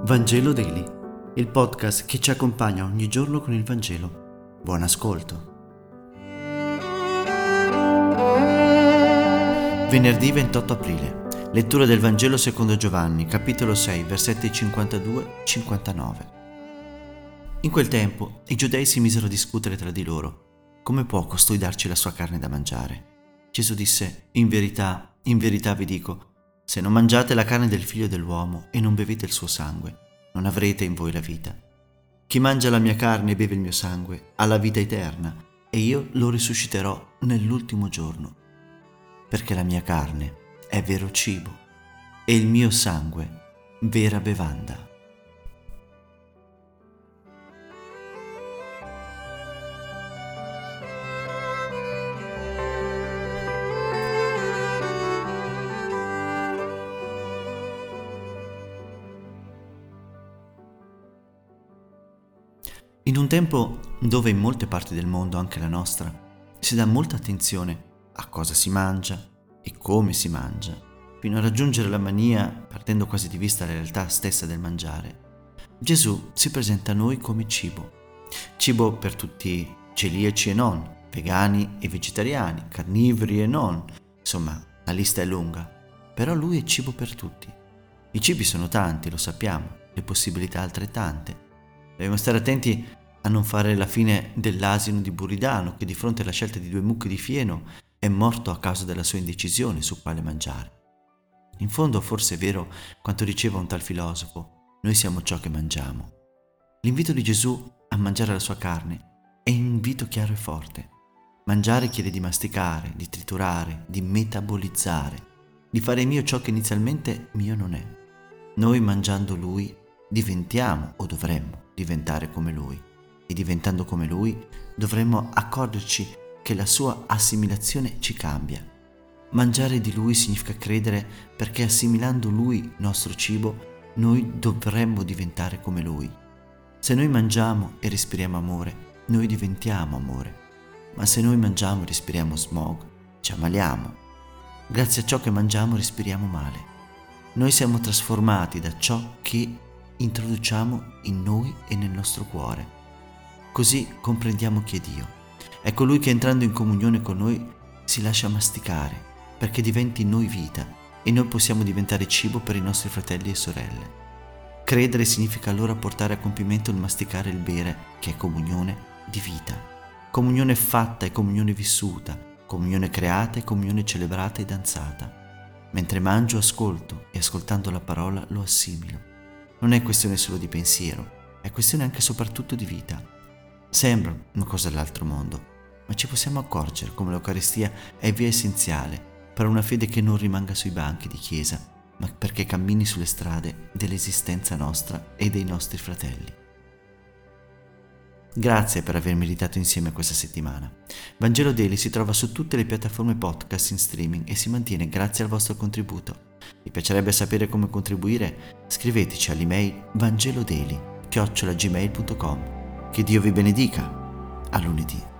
Vangelo Daily, il podcast che ci accompagna ogni giorno con il Vangelo. Buon ascolto. Venerdì 28 aprile. Lettura del Vangelo secondo Giovanni, capitolo 6, versetti 52-59. In quel tempo i giudei si misero a discutere tra di loro. Come può costui darci la sua carne da mangiare? Gesù disse: in verità vi dico, se non mangiate la carne del Figlio dell'uomo e non bevete il suo sangue, non avrete in voi la vita. Chi mangia la mia carne e beve il mio sangue ha la vita eterna, e io lo risusciterò nell'ultimo giorno. Perché la mia carne è vero cibo e il mio sangue vera bevanda. In un tempo dove in molte parti del mondo, anche la nostra, si dà molta attenzione a cosa si mangia e come si mangia, fino a raggiungere la mania, perdendo quasi di vista la realtà stessa del mangiare, Gesù si presenta a noi come cibo. Cibo per tutti celiaci e non, vegani e vegetariani, carnivori e non, insomma, la lista è lunga, però Lui è cibo per tutti. I cibi sono tanti, lo sappiamo, le possibilità altrettante. Dobbiamo stare attenti a non fare la fine dell'asino di Buridano, che di fronte alla scelta di 2 mucche di fieno è morto a causa della sua indecisione su quale mangiare. In fondo forse è vero quanto diceva un tal filosofo: noi siamo ciò che mangiamo. L'invito di Gesù a mangiare la sua carne è un invito chiaro e forte. Mangiare chiede di masticare, di triturare, di metabolizzare, di fare mio ciò che inizialmente mio non è. Noi mangiando Lui diventiamo o dovremmo diventare come Lui, e diventando come Lui dovremmo accorgerci che la sua assimilazione ci cambia. Mangiare di Lui significa credere, perché assimilando Lui, nostro cibo, noi dovremmo diventare come Lui. Se noi mangiamo e respiriamo amore, noi diventiamo amore. Ma se noi mangiamo e respiriamo smog, ci ammaliamo. Grazie a ciò che mangiamo respiriamo male. Noi siamo trasformati da ciò che introduciamo in noi e nel nostro cuore. Così comprendiamo chi è Dio. È colui che entrando in comunione con noi si lascia masticare, perché diventi in noi vita e noi possiamo diventare cibo per i nostri fratelli e sorelle. Credere significa allora portare a compimento il masticare e il bere, che è comunione di vita. Comunione fatta e comunione vissuta, comunione creata e comunione celebrata e danzata. Mentre mangio ascolto e ascoltando la parola lo assimilo. Non è questione solo di pensiero, è questione anche e soprattutto di vita. Sembra una cosa dell'altro mondo, ma ci possiamo accorgere come l'Eucaristia è via essenziale per una fede che non rimanga sui banchi di chiesa, ma perché cammini sulle strade dell'esistenza nostra e dei nostri fratelli. Grazie per aver meditato insieme questa settimana. Vangelo Daily si trova su tutte le piattaforme podcast in streaming e si mantiene grazie al vostro contributo. Vi piacerebbe sapere come contribuire? Scriveteci all'email vangelodaily@gmail.com. Che Dio vi benedica. A lunedì.